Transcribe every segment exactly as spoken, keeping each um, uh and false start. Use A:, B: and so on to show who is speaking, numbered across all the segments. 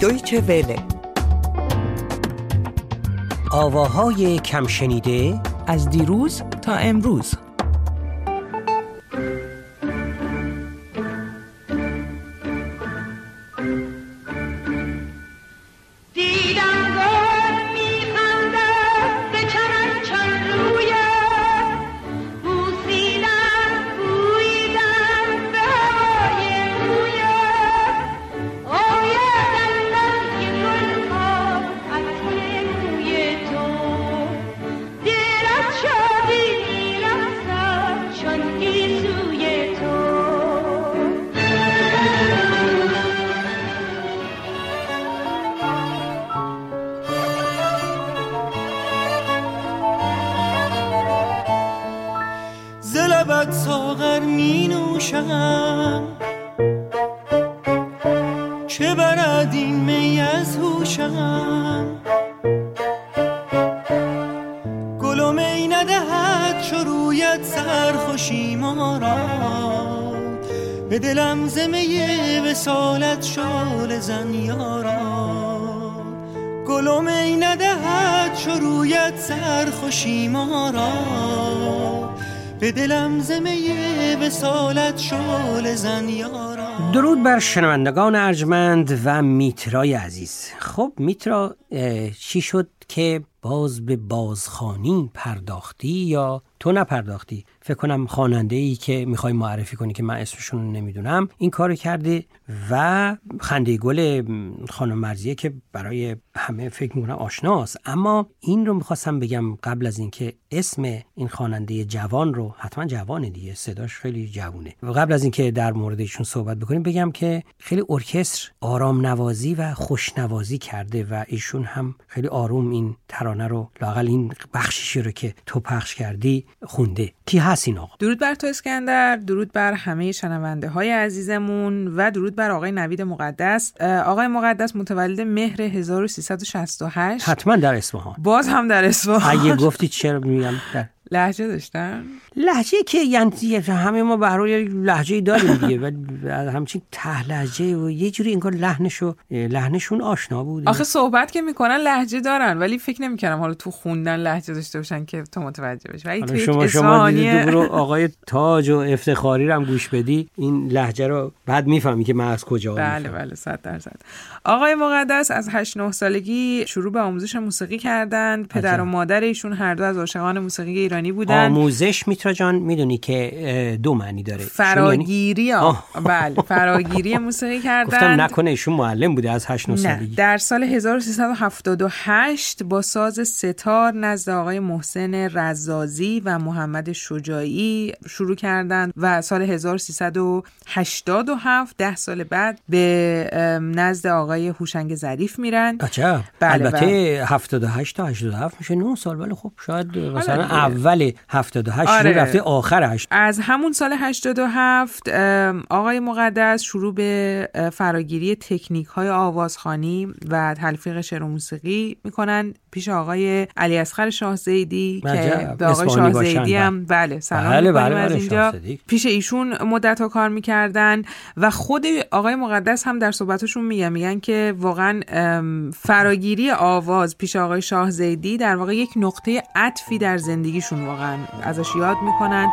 A: دویچه وله.
B: آواهای کم شنیده
C: از دیروز تا امروز.
D: زلبت ساغر می نوشم، چه برد این می از هوشم. گل و می ندهد چو رویت سرخوشی ما را، به دلم ز می وصالت شعله زن یارا. گل و می ندهد چو رویت سرخوشی ما را، به دلم زمه وصالت شعله زن یارا.
B: درود بر شنوندگان ارجمند و میترای عزیز. خب میترا، چی شد که باز به بازخوانی پرداختی یا تو نپرداختی؟ فکر کنم خواننده ای که میخوای معرفی کنی که من اسمشون رو نمیدونم این کارو کرده و خنده گل خانم مرضیه که برای همه فکر میکنم آشناست. اما این رو میخواستم بگم قبل از اینکه اسم این خواننده جوان رو، حتما جوانه دیگه، صداش خیلی جوونه، و قبل از اینکه در موردشون صحبت بکنیم بگم که خیلی ارکستر آرام نوازی و خوشنوازی کرده و ایشون هم خیلی آروم این ترانه رو، لااقل این بخشیشی رو که تو پخش کردی، خونده. کی هست این آقا؟
C: درود بر تو اسکندر، درود بر همه شنونده های عزیزمون و درود بر آقای نوید مقدس. آقای مقدس متولد مهر هزار و سیصد و شصت و هشت،
B: حتما در اصفهان.
C: باز هم در اصفهان.
B: اگه گفتی چرا میگم در
C: لهجه داشتن؟
B: لهجه که یعنی همه ما به هر حال لهجه‌ای داریم دیگه، و همچین ته لهجه و یه جوری انگار لحنشو لحنشون آشنا بود.
C: آخه صحبت که میکنن لهجه دارن، ولی فکر نمی‌کردم حالا تو خوندن لهجه داشته باشن که تو متوجه بشی. ولی تو
B: شما شما دیدی برو آقای تاج و افتخاری رو هم گوش بدی، این لهجه رو بعد میفهمی که من از کجا
C: بله میفهم. بله صد درصد. آقای مقدس از هشت نه سالگی شروع به آموزش موسیقی کردند. پدر و مادر ایشون هر دو از عاشقان موسیقی ایرانی بودن.
B: آموزش میترا جان میدونی که دو معنی داره.
C: فراگیری ها. بله فراگیری موسیقی کردن.
B: گفتم نکنه ایشون معلم بوده از هشت نه سالگی.
C: در سال هزار و سیصد و هفتاد و هشت با ساز ستار نزد آقای محسن رزازی و محمد شجاعی شروع کردند و سال هزار و سیصد و هشتاد و هفت ده سال بعد به نزد آقای هوشنگ ظریف میرن.
B: عجب.
C: بله
B: البته بله. هفتاد و هشت تا هشتاد و هفت میشه نه سال، ولی خب شاید مثلا اول هفتاد و هشت آره. رفته آخر هشت.
C: از همون سال هشتاد و هفت آقای مقدس شروع به فراگیری تکنیک های آوازخوانی و تلفیق شعر و موسیقی میکنن پیش آقای علی اصغر شاه زیدی که به آقای شاه زیدی هم بله سلام
B: بله بله
C: از
B: بله
C: اینجا پیش ایشون مدت ها کار میکردن و خود آقای مقدس هم در صحبتشون میگن میگن که واقعا فراگیری آواز پیش آقای شاه زیدی در واقع یک نقطه عطفی در زندگیشون واقعا ازش یاد میکنن.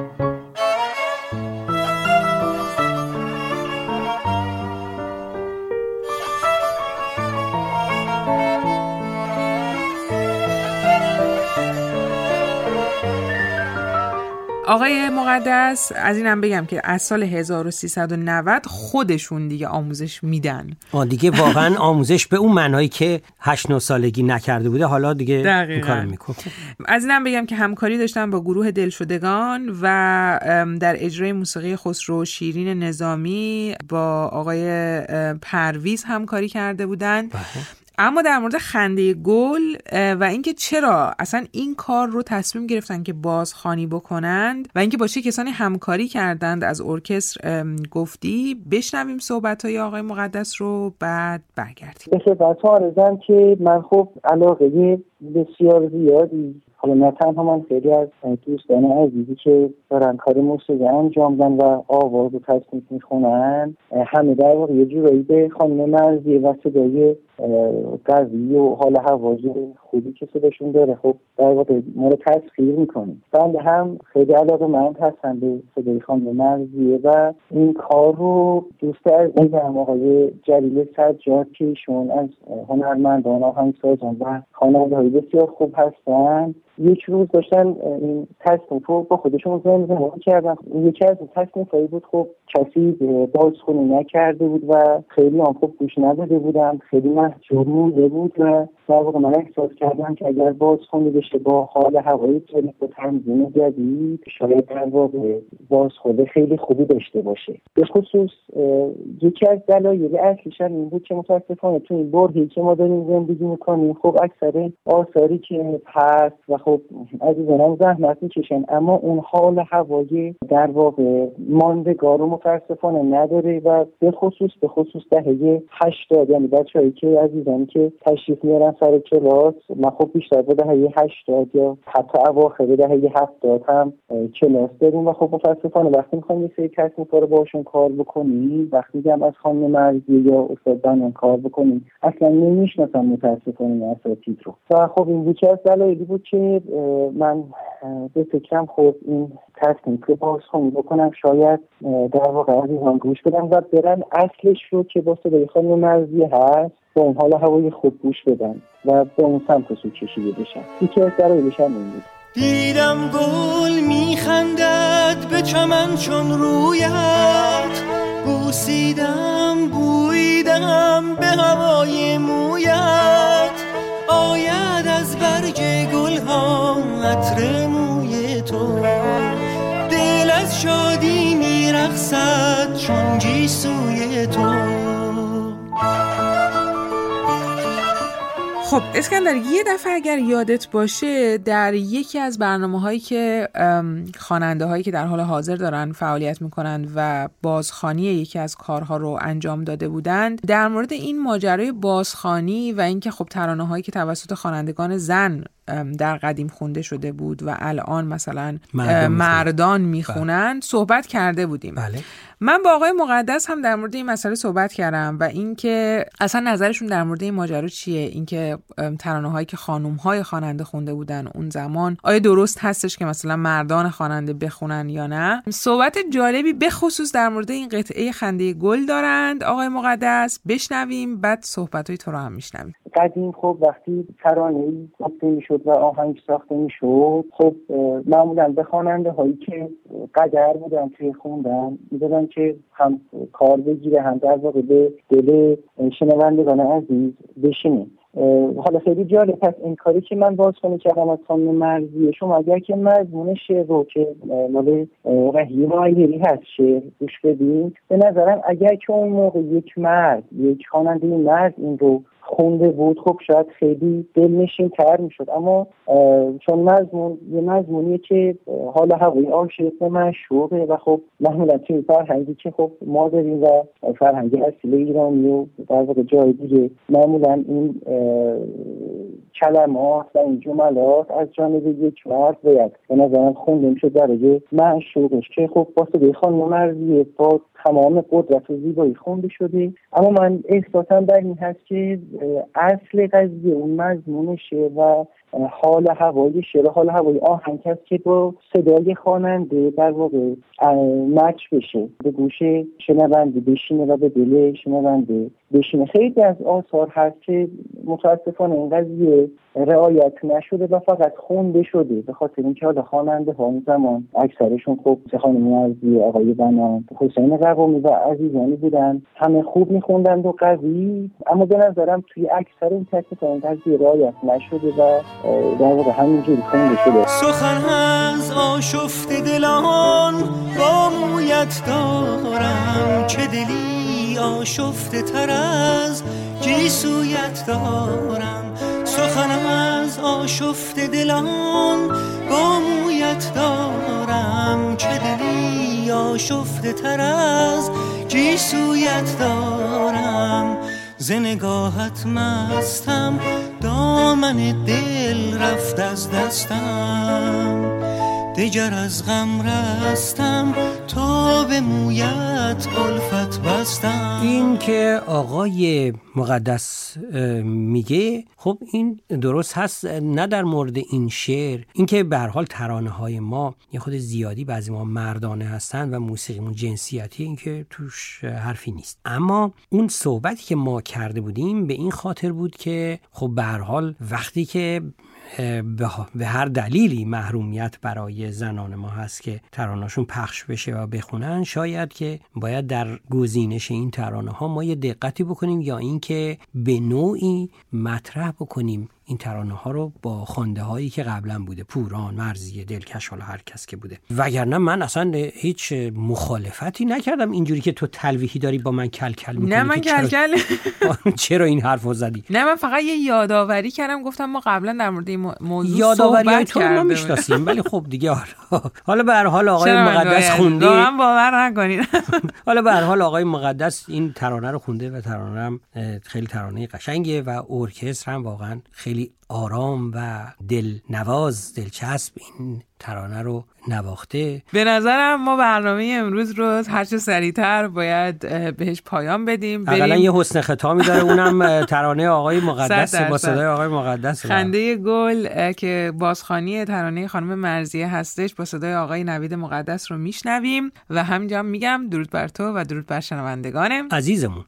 C: آقای مقدس از اینم بگم که از سال هزار و سیصد و نود خودشون دیگه آموزش میدن.
B: آه دیگه واقعا آموزش به اون معنایی که هشت نه سالگی نکرده بوده حالا دیگه این کارو میکنه.
C: از اینم بگم که همکاری داشتن با گروه دلشدگان و در اجرای موسیقی خسرو شیرین نظامی با آقای پرویز همکاری کرده بودن. اما در مورد خنده گل و اینکه چرا اصلا این کار رو تصمیم گرفتن که بازخوانی بکنند و اینکه با چه کسانی همکاری کردند از ارکستر گفتی، بشنویم صحبت‌های آقای مقدس رو بعد برگردیم.
E: به خدمت عرضم که من خب علاقه بسیار زیادی
A: حالا نه تنها من، خیلی از دوستان عزیزی که دارن کار موسیقی انجام میدن و آواز و تصنیف میخونن، همه در واقع یه جورایی به خانم مرضیه و صدای قوی و حال هوای خوبی که صداشون داره خب در واقع ما رو تسخیر میکنیم. بنده هم خیلی علاقه‌مند هستم به صدای خانم مرضیه و این کار رو دوست عزیزم آقای جلیل سجاد که ایشون از هنرمندان آهنگسازان و خواننده‌های بسیار خوب هستن، یک روز داشتن این تصنیف رو با خودشون زمزمه کردن. یکی از تصنیفایی بود خب کسی بازخوانی نکرده بود و خیلی هم خوب گوش نداده بودم، خیلی محجور مونده بود و در واقع من احساس کردم که اگر بازخوانی بشه با حال هوایی جدید و تنظیم جدید شاید در واقع بازخوانی خیلی خوبی داشته باشه. به خصوص یکی از دلایل اصلیش این بود که متاسفانه تو این برهه‌ای که ما داریم زندگی میکنیم خب اکثر آثاری که هست و خب عزیزانم زحمت میکشن اما اون حال هوایی در واقع ماندگار و متاسفانه نداره و به خصوص به خصوص دهه هشتاد، یعنی بچه‌هایی که عزیزانی که تشریف میارن سر کلاس، ما خب بیشتر به دهه هشتاد یا حتی اواخر دهه هفتاد هم کلاس داریم و خب متاسفانه وقتی میخوایم یه سری تصنیف‌ها رو باشون کار بکنیم، وقتی هم از خانم مرضیه یا استاد بنان کار بکنیم اصلا نمیشناسم متاسفانه اساتید رو. و خب این یکی از دلایلی بود که من به فکرم خب این تصنیف رو بازخوانی بکنم، شاید در واقع عزیزان گوش بدن و برن اصلش رو که با صدای خانم مرضیه هست با اون حال هوای خوب گوش بدن و به اون سمت سو کشیده بشن. یکی از دلایلش هم این بود.
D: دیدم گل میخندد به چمن چون رویت، بوسیدم بویدم به هوای مویت، آید از برگ گل ها عطر موی تو، دل از شادی میرقصد چون گیسوی تو.
C: خب اسکندر، یه دفعه اگر یادت باشه در یکی از برنامه‌هایی که خواننده هایی که در حال حاضر دارن فعالیت میکنن و بازخوانی یکی از کارها رو انجام داده بودند، در مورد این ماجرای بازخوانی و اینکه خب ترانه‌هایی که توسط خوانندگان زن در قدیم خونده شده بود و الان مثلا مردان, مردان میخونن صحبت کرده بودیم.
B: بله.
C: من با آقای مقدس هم در مورد این مسئله صحبت کردم و اینکه اصلا نظرشون در مورد این ماجرا چیه، اینکه ترانه‌هایی که خانم‌های خواننده خونده بودن اون زمان آیا درست هستش که مثلا مردان خواننده بخونن یا نه. صحبت جالبی به خصوص در مورد این قطعه خنده گل دارند آقای مقدس، بشنویم بعد صحبت‌های تو رو هم میشنویم.
A: قدیم خب وقتی ترانه‌ای ساخته میشد و آهنگ ساخته میشد خب معمولا به خواننده هایی که قدر بودن توی خوندن میدادن که هم کار بگیره هم در واقع به دل شنوندگان عزیز بشینه. حالا خیلی جالب پس این کاری که من بازخوانی کردم از خانم مرضیه، شما اگر که مضمون شعر رو که مال رهی مایری هست شعر گوش بدین، به نظرم اگر که اون موقع یک مرد یک خواننده مرد این رو خونده بود خب شاید خیلی دلنشین تر میشد، اما چون مضمون یه مضمونیه که حالا هوای عاشق مشهوره و خب معمولا توی فرهنگی که خب ما داریم و فرهنگ اصیل ایرانی و در واقع جای دیگه معمولا این کلمات و این جملات از جانب یک مرد باید به نظرم خونده میشد برای معشوقش که خب با صدای خانم مرضیه با تمام قدرت و زیبایی خونده شده. اما من احساسم در این هست که اصل قضیه اون مضمونشه و حال هوای شعر، حال هوای آهنگ هست که با صدای خواننده در واقع مچ بشه، به گوش شنونده بشینه و به دل شنونده بشینه. خیلی از آثار هست که متاسفانه این قضیه رعایت نشده و فقط خونده شده، به خاطر اینکه حالا خواننده ها اون زمان اکثرشون خب چه خانم مرضیه، آقای بنان، حسین قوامی و عزیزانی بودن، همه خوب میخوندند و قوی، اما به نظرم توی اکثر این تصنیف‌ها این قضیه رعایت نشده و در واقع همینجوری خونده شده.
D: سخن از آشفت دلان با مویت دارم، چه دلی آشفته تر از گیسویت دارم. سخن از آشفت دلان با مویت دارم، چه دلی آشفته تر از گیسویت دارم. ز نگاهت مستم، دامن دل رفت از دستم، دگر از غم رستم تا به مویت الفت بستم.
B: این که آقای مقدس میگه خب این درست هست، نه در مورد این شعر، این که به هر حال ترانه های ما یه خود زیادی بعضی ما مردانه هستن و موسیقیمون جنسیتی، این که توش حرفی نیست، اما اون صحبتی که ما کرده بودیم به این خاطر بود که خب به هر حال وقتی که به هر دلیلی محرومیت برای زنان ما هست که ترانه‌شون پخش بشه و بخونن، شاید که باید در گزینش این ترانه ها ما یه دقتی بکنیم، یا این که به نوعی مطرح بکنیم این ترانه ها رو با خوانده هایی که قبلا بوده، پوران، مرضیه، دلکش، حالا هر کس که بوده. وگرنه من اصلا هیچ مخالفتی نکردم اینجوری که تو تلویحی داری با من کل کل میکنی.
C: نه من کل کل
B: چرا این حرفو زدی؟
C: نه من فقط یه یادآوری کردم، گفتم ما قبلا در مورد این موضوع
B: یادآوری
C: تو
B: ما میشناسیم، ولی خب دیگه حالا حالا به هر حال آقای مقدس خونده،
C: من باور نکنید
B: حالا به هر حال آقای مقدس این ترانه رو خونده و ترانه هم خیلی ترانه قشنگه و ارکستر هم واقعا خیلی آرام و دلنواز، دلچسب این ترانه رو نواخته.
C: به نظرم ما برنامه امروز رو هر چه سریعتر باید بهش پایان بدیم.
B: حداقل یه حسن ختامی داره، اونم ترانه آقای مقدس با صدای آقای مقدس.
C: خنده گل که بازخوانی ترانه خانم مرضیه هستش با صدای آقای نوید مقدس رو میشنویم و همینجا میگم درود بر تو و درود بر شنوندگانم
B: عزیزمون.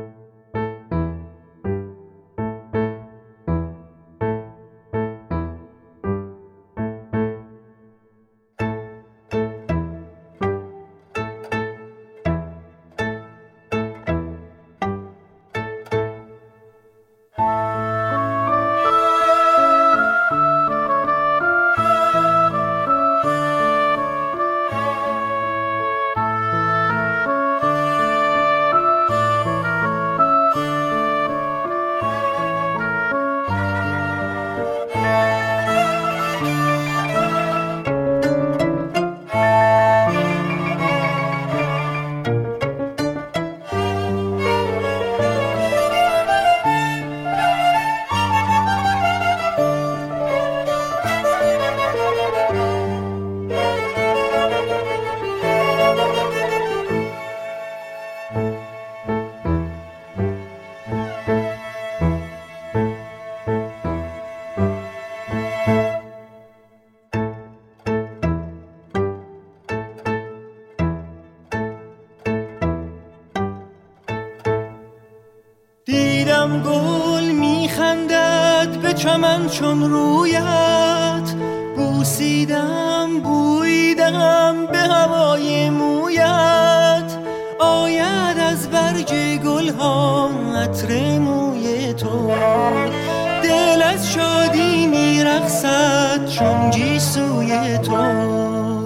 D: دیدم گل میخندد به چمن چون رویت، بوسیدم بویدم به هوای مویت، آید از برگ گل ها عطر موی تو، دل از شادی میرقصد چون گیسوی تو.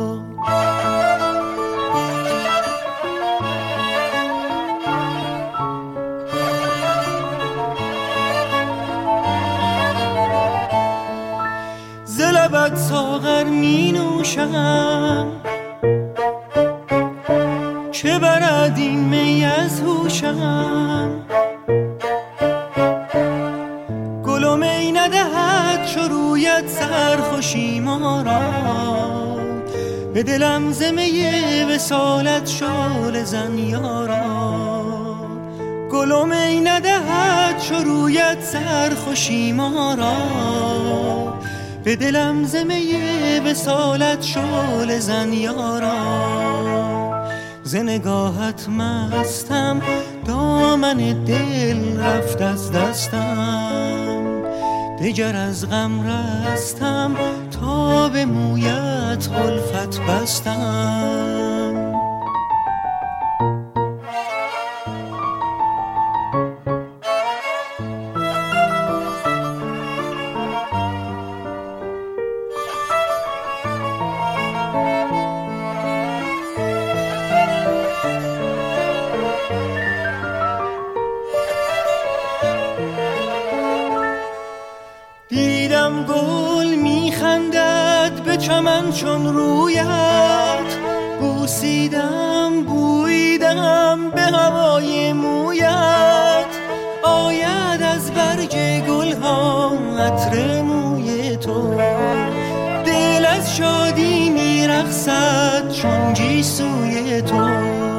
D: لبت ساغر می نوشم چه برد این می از هوشم، گل و می ندهد چو رویت سرخوشی ما را، به دلم ز می وصالت شعله زن یارا، گل و می ندهد چو رویت سرخوشی ما را، به دلم ز می وصالت شعله زن یارا، ز نگاهت مستم دامن دل رفت از دستم، دگر از غم رستم تا به مویت الفت بستم. دیدم گل میخندد به چمن چون رویت، بوسیدم بویدم به هوای مویت، رسد چون گیسوی تو.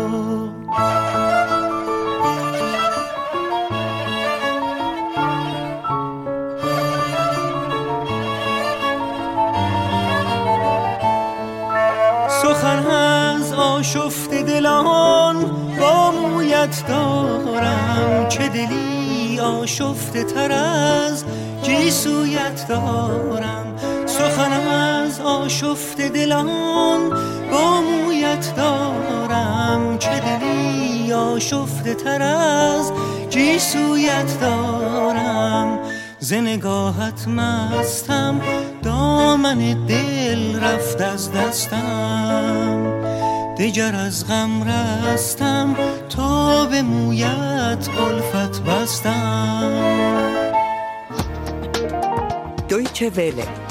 D: سخن از آشفته دلان با مویت دارم، چه دلی آشفته تر از گیسویت دارم. سخن از آشفته دلان با مویت دارم، چه دلی آشفته تر از گیسویت دارم. ز نگاهت مستم، دامن دل رفت از دستم، دگر از غم رستم تا به مویت الفت بستم.
E: دویچه وله